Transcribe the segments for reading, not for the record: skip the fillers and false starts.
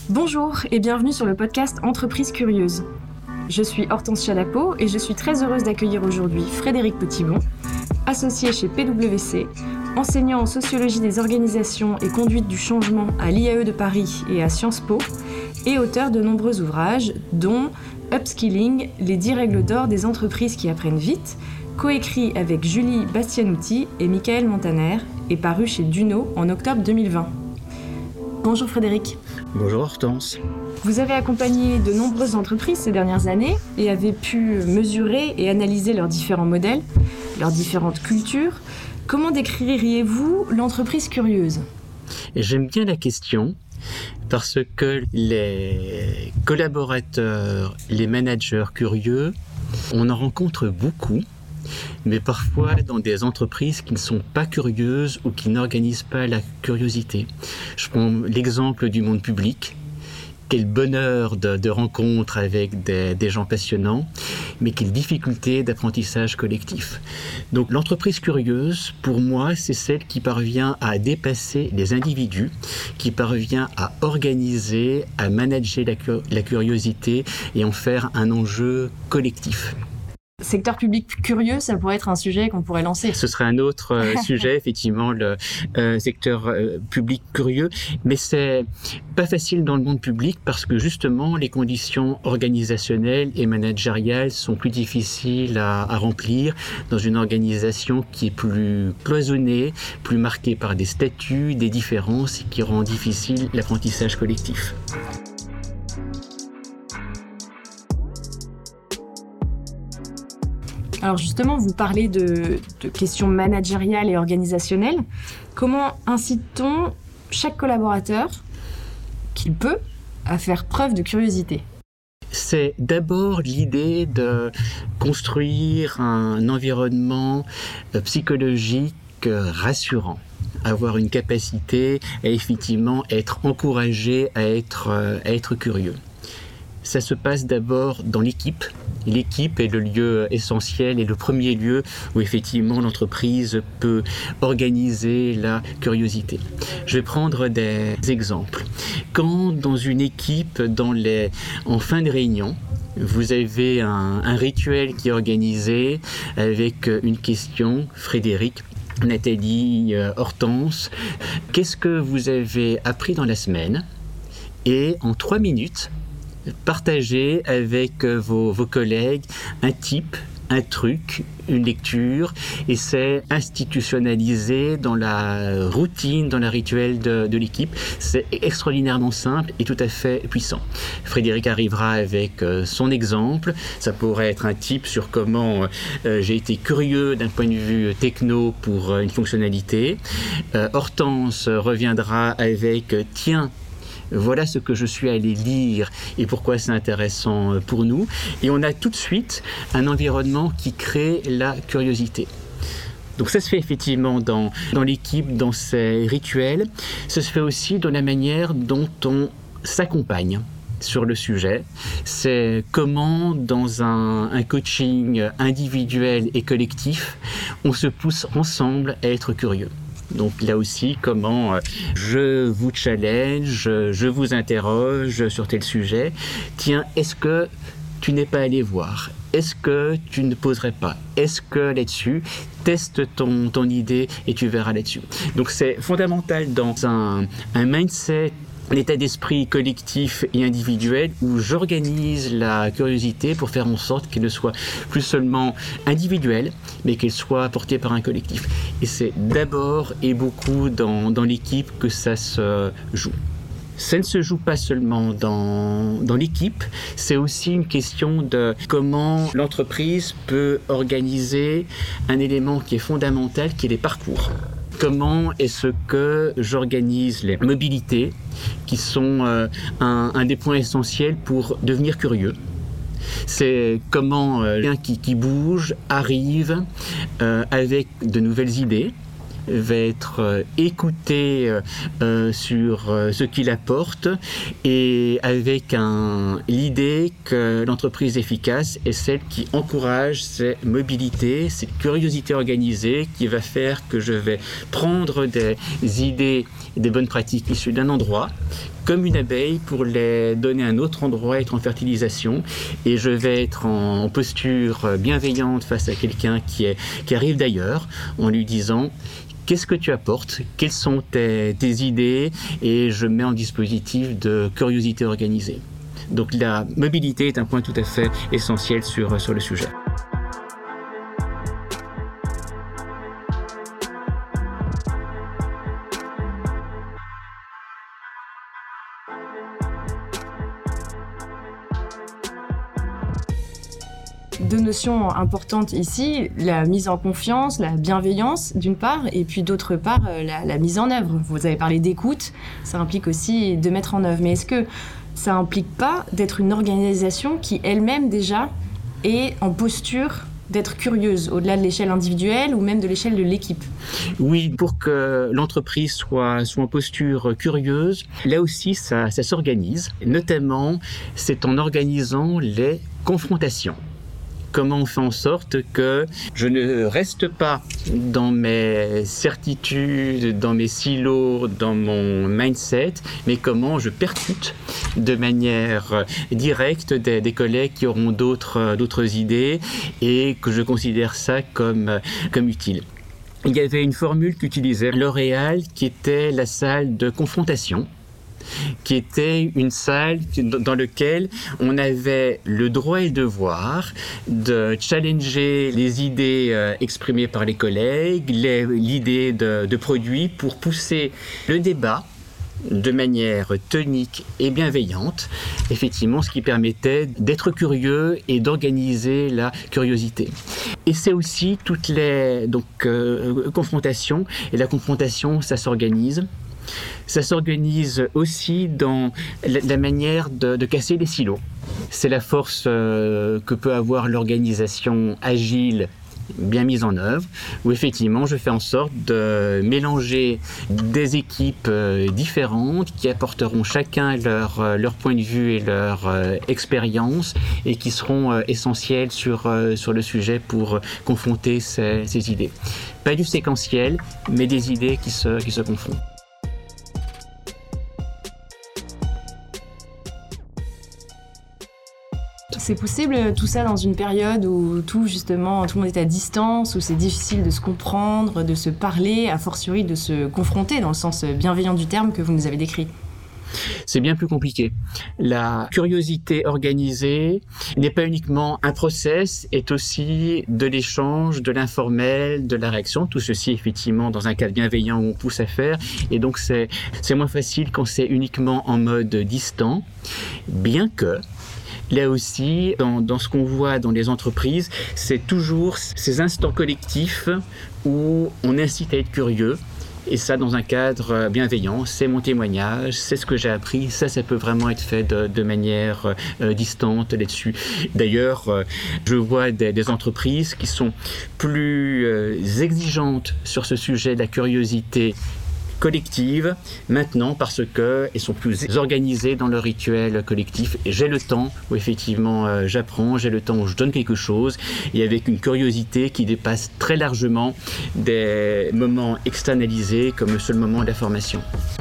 Bonjour et bienvenue sur le podcast Entreprise Curieuse. Je suis Hortense Chalapeau et je suis très heureuse d'accueillir aujourd'hui Frédéric Petitbon, associé chez PwC, enseignant en sociologie des organisations et conduite du changement à l'IAE de Paris et à Sciences Po, et auteur de nombreux ouvrages, dont Upskilling, les 10 règles d'or des entreprises qui apprennent vite, coécrit avec Julie Bastianutti et Michael Montaner, et paru chez Duno en octobre 2020. Bonjour Frédéric. Bonjour Hortense. Vous avez accompagné de nombreuses entreprises ces dernières années et avez pu mesurer et analyser leurs différents modèles, leurs différentes cultures. Comment décririez-vous l'entreprise curieuse ? Et j'aime bien la question parce que les collaborateurs, les managers curieux, on en rencontre beaucoup, mais parfois dans des entreprises qui ne sont pas curieuses ou qui n'organisent pas la curiosité. Je prends l'exemple du monde public. Quel bonheur de rencontre avec des gens passionnants, mais quelle difficulté d'apprentissage collectif. Donc l'entreprise curieuse, pour moi, c'est celle qui parvient à dépasser les individus, qui parvient à organiser, à manager la curiosité et en faire un enjeu collectif. Secteur public curieux, ça pourrait être un sujet qu'on pourrait lancer. Ce serait un autre sujet, effectivement, le secteur public curieux. Mais c'est pas facile dans le monde public parce que justement, les conditions organisationnelles et managériales sont plus difficiles à remplir dans une organisation qui est plus cloisonnée, plus marquée par des statuts, des différences et qui rend difficile l'apprentissage collectif. Alors justement, vous parlez de questions managériales et organisationnelles. Comment incite-t-on chaque collaborateur qu'il peut à faire preuve de curiosité ? C'est d'abord l'idée de construire un environnement psychologique rassurant. Avoir une capacité à effectivement être encouragé à être curieux. Ça se passe d'abord dans l'équipe. L'équipe est le lieu essentiel et le premier lieu où effectivement l'entreprise peut organiser la curiosité. Je vais prendre des exemples. Quand dans une équipe, en fin de réunion, vous avez un rituel qui est organisé avec une question, Frédéric, Nathalie, Hortense, qu'est-ce que vous avez appris dans la semaine ? Et en 3 minutes, partagez avec vos collègues un type, un truc, une lecture, et c'est institutionnalisé dans la routine, dans le rituel de l'équipe. C'est extraordinairement simple et tout à fait puissant. Frédéric arrivera avec son exemple. Ça pourrait être un type sur comment j'ai été curieux d'un point de vue techno pour une fonctionnalité. Hortense reviendra avec tiens, voilà ce que je suis allé lire et pourquoi c'est intéressant pour nous. Et on a tout de suite un environnement qui crée la curiosité. Donc ça se fait effectivement dans l'équipe, dans ses rituels. Ça se fait aussi dans la manière dont on s'accompagne sur le sujet. C'est comment dans un coaching individuel et collectif, on se pousse ensemble à être curieux. Donc là aussi, comment je vous challenge, je vous interroge sur tel sujet. Tiens, est-ce que tu n'es pas allé voir ? Est-ce que tu ne poserais pas ? Est-ce que là-dessus, teste ton idée et tu verras là-dessus. Donc c'est fondamental dans un mindset, un état d'esprit collectif et individuel où j'organise la curiosité pour faire en sorte qu'elle ne soit plus seulement individuelle, mais qu'elle soit portée par un collectif. Et c'est d'abord et beaucoup dans l'équipe que ça se joue. Ça ne se joue pas seulement dans l'équipe, c'est aussi une question de comment l'entreprise peut organiser un élément qui est fondamental, qui est les parcours. Comment est-ce que j'organise les mobilités qui sont un des points essentiels pour devenir curieux. C'est comment quelqu'un qui bouge arrive avec de nouvelles idées, va être écouté sur ce qu'il apporte et avec l'idée que l'entreprise efficace est celle qui encourage ces mobilités, cette curiosité organisée qui va faire que je vais prendre des idées, des bonnes pratiques issues d'un endroit comme une abeille pour les donner un autre endroit, être en fertilisation. Et je vais être en posture bienveillante face à quelqu'un qui arrive d'ailleurs, en lui disant: qu'est-ce que tu apportes? Quelles sont tes idées? Et je mets en dispositif de curiosité organisée. Donc la mobilité est un point tout à fait essentiel sur le sujet. Deux notions importantes ici, la mise en confiance, la bienveillance d'une part, et puis d'autre part la mise en œuvre. Vous avez parlé d'écoute, ça implique aussi de mettre en œuvre. Mais est-ce que ça implique pas d'être une organisation qui elle-même déjà est en posture d'être curieuse, au-delà de l'échelle individuelle ou même de l'échelle de l'équipe? Oui, pour que l'entreprise soit en posture curieuse, là aussi ça s'organise. Notamment, c'est en organisant les confrontations. Comment on fait en sorte que je ne reste pas dans mes certitudes, dans mes silos, dans mon mindset, mais comment je percute de manière directe des collègues qui auront d'autres idées et que je considère ça comme utile. Il y avait une formule qu'utilisait L'Oréal qui était la salle de confrontation, qui était une salle dans laquelle on avait le droit et le devoir de challenger les idées exprimées par les collègues, l'idée de produits pour pousser le débat de manière tonique et bienveillante, effectivement, ce qui permettait d'être curieux et d'organiser la curiosité. Et c'est aussi toutes les confrontations, et la confrontation, ça s'organise. Ça s'organise aussi dans la manière de casser les silos. C'est la force que peut avoir l'organisation agile bien mise en œuvre, où effectivement je fais en sorte de mélanger des équipes différentes qui apporteront chacun leur point de vue et leur expérience et qui seront essentielles sur le sujet pour confronter ces idées. Pas du séquentiel, mais des idées qui se confrontent. C'est possible tout ça dans une période où tout le monde est à distance, où c'est difficile de se comprendre, de se parler, a fortiori de se confronter dans le sens bienveillant du terme que vous nous avez décrit? C'est bien plus compliqué. La curiosité organisée n'est pas uniquement un process, est aussi de l'échange, de l'informel, de la réaction. Tout ceci, effectivement, dans un cadre bienveillant où on pousse à faire. Et donc, c'est moins facile quand c'est uniquement en mode distant, bien que là aussi, dans ce qu'on voit dans les entreprises, c'est toujours ces instants collectifs où on incite à être curieux. Et ça, dans un cadre bienveillant, c'est mon témoignage, c'est ce que j'ai appris. Ça peut vraiment être fait de manière distante là-dessus. D'ailleurs, je vois des entreprises qui sont plus exigeantes sur ce sujet de la curiosité collective maintenant parce qu'elles sont plus organisées dans leur rituel collectif. Et j'ai le temps où effectivement j'apprends, j'ai le temps où je donne quelque chose et avec une curiosité qui dépasse très largement des moments externalisés comme le seul moment de la formation.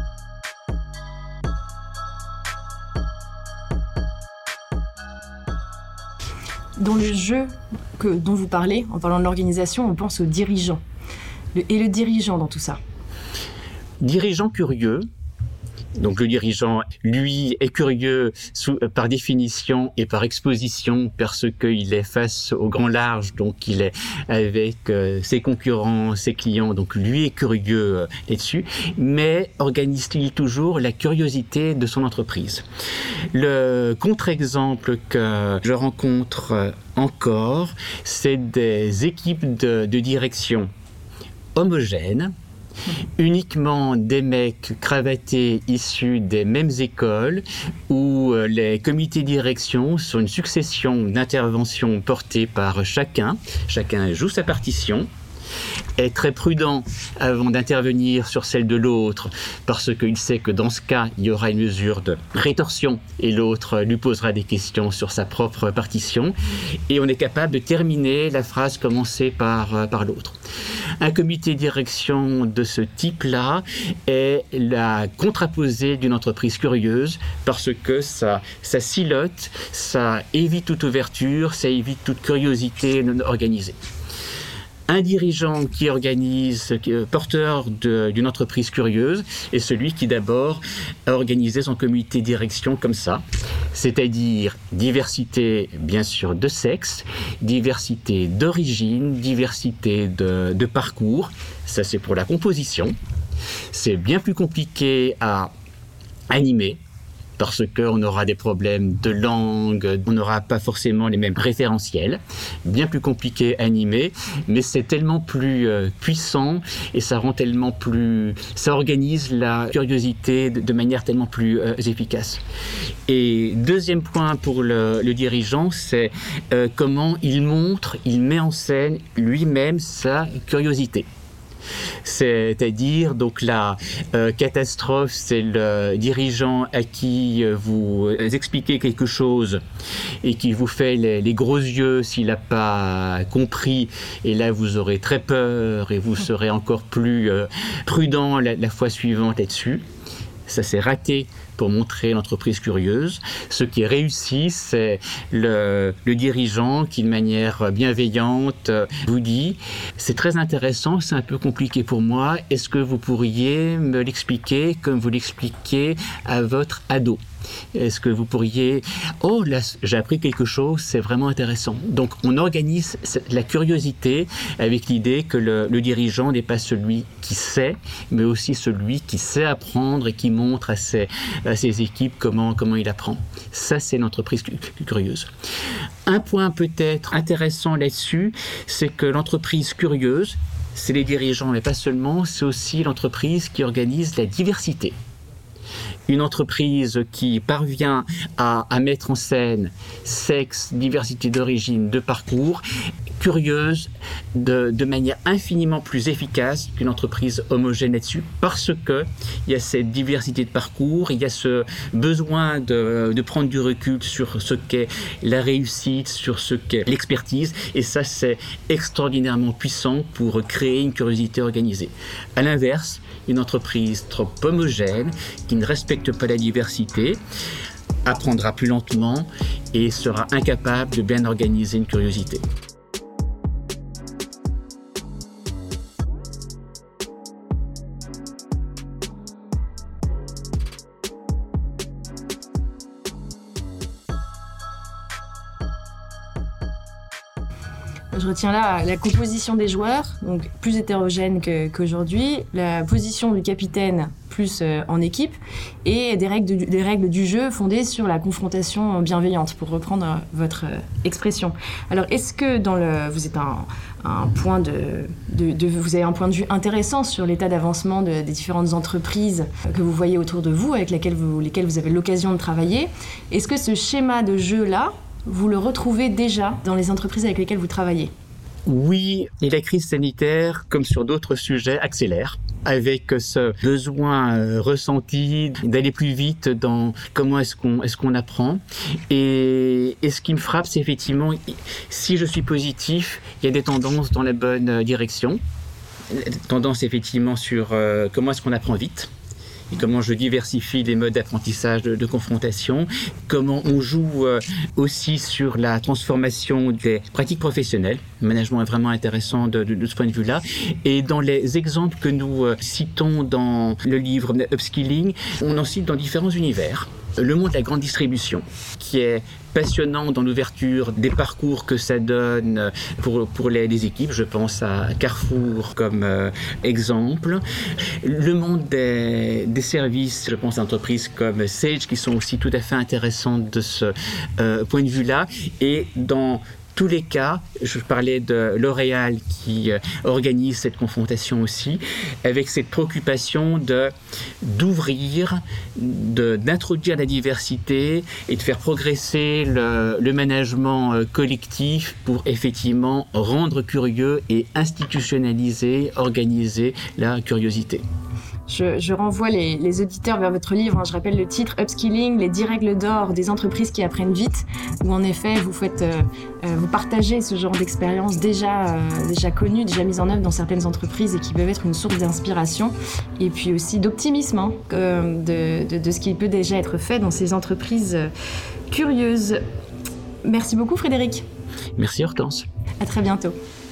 Dans le jeu dont vous parlez, en parlant de l'organisation, on pense au dirigeant. Et le dirigeant dans tout ça? Dirigeant curieux. Donc le dirigeant, lui, est curieux par définition et par exposition parce qu'il est face au grand large, donc il est avec ses concurrents, ses clients, donc lui est curieux là-dessus, mais organise-t-il toujours la curiosité de son entreprise? Le contre-exemple que je rencontre encore, c'est des équipes de direction homogènes, uniquement des mecs cravatés issus des mêmes écoles où les comités de direction sont une succession d'interventions portées par chacun joue sa partition est très prudent avant d'intervenir sur celle de l'autre, parce qu'il sait que dans ce cas, il y aura une mesure de rétorsion et l'autre lui posera des questions sur sa propre partition, et on est capable de terminer la phrase commencée par l'autre. Un comité de direction de ce type-là est la contraposée d'une entreprise curieuse, parce que ça silote, ça évite toute ouverture, ça évite toute curiosité organisée. Un dirigeant qui organise, porteur d'une entreprise curieuse, est celui qui d'abord a organisé son comité de direction comme ça, c'est-à-dire diversité bien sûr de sexe, diversité d'origine, diversité de parcours, ça c'est pour la composition. C'est bien plus compliqué à animer, parce qu'on aura des problèmes de langue, on n'aura pas forcément les mêmes référentiels, bien plus compliqué à animer, mais c'est tellement plus puissant et ça organise la curiosité de manière tellement plus efficace. Et deuxième point pour le dirigeant, c'est comment il met en scène lui-même sa curiosité. C'est-à-dire, donc la catastrophe, c'est le dirigeant à qui vous expliquez quelque chose et qui vous fait les gros yeux s'il n'a pas compris, et là vous aurez très peur et vous serez encore plus prudent la fois suivante là-dessus. Ça s'est raté pour montrer l'entreprise curieuse. Ce qui est réussi, c'est le dirigeant qui, de manière bienveillante, vous dit « C'est très intéressant, c'est un peu compliqué pour moi. Est-ce que vous pourriez me l'expliquer comme vous l'expliquez à votre ado ? Est-ce que vous pourriez... Oh, là, j'ai appris quelque chose, c'est vraiment intéressant. » Donc, on organise la curiosité avec l'idée que le dirigeant n'est pas celui qui sait, mais aussi celui qui sait apprendre et qui montre à ses équipes comment il apprend. Ça, c'est l'entreprise curieuse. Un point peut-être intéressant là-dessus, c'est que l'entreprise curieuse, c'est les dirigeants, mais pas seulement, c'est aussi l'entreprise qui organise la diversité. Une entreprise qui parvient à mettre en scène sexe, diversité d'origine, de parcours, curieuse, de manière infiniment plus efficace qu'une entreprise homogène là-dessus, parce qu'il y a cette diversité de parcours, il y a ce besoin de prendre du recul sur ce qu'est la réussite, sur ce qu'est l'expertise, et ça c'est extraordinairement puissant pour créer une curiosité organisée. À l'inverse, une entreprise trop homogène, qui ne respecte pas la diversité, apprendra plus lentement et sera incapable de bien organiser une curiosité. Je retiens là la composition des joueurs, donc plus hétérogène qu'aujourd'hui, la position du capitaine plus en équipe, et des règles du jeu fondées sur la confrontation bienveillante, pour reprendre votre expression. Alors, est-ce que vous êtes vous avez un point de vue intéressant sur l'état d'avancement des différentes entreprises que vous voyez autour de vous, avec lesquelles vous avez l'occasion de travailler. Est-ce que ce schéma de jeu-là, vous le retrouvez déjà dans les entreprises avec lesquelles vous travaillez? Oui, et la crise sanitaire, comme sur d'autres sujets, accélère, avec ce besoin ressenti d'aller plus vite dans comment est-ce qu'on apprend. Et ce qui me frappe, c'est effectivement, si je suis positif, il y a des tendances dans la bonne direction. Tendance effectivement sur comment est-ce qu'on apprend vite. Et comment je diversifie les modes d'apprentissage de confrontation, comment on joue aussi sur la transformation des pratiques professionnelles. Le management est vraiment intéressant de ce point de vue-là. Et dans les exemples que nous citons dans le livre Upskilling, on en cite dans différents univers. Le monde de la grande distribution, qui est passionnant dans l'ouverture des parcours que ça donne pour les équipes. Je pense à Carrefour comme exemple. Le monde des services, je pense à entreprises comme Sage, qui sont aussi tout à fait intéressantes de ce point de vue-là. Et dans tous les cas, je parlais de L'Oréal qui organise cette confrontation aussi, avec cette préoccupation d'ouvrir, d'introduire la diversité et de faire progresser le management collectif pour effectivement rendre curieux et institutionnaliser, organiser la curiosité. Je renvoie les auditeurs vers votre livre. Je rappelle le titre « Upskilling, les 10 règles d'or des entreprises qui apprennent vite », où en effet vous partagez ce genre d'expériences déjà connues, déjà mises en œuvre dans certaines entreprises et qui peuvent être une source d'inspiration et puis aussi d'optimisme de ce qui peut déjà être fait dans ces entreprises curieuses. Merci beaucoup Frédéric. Merci Hortense. À très bientôt.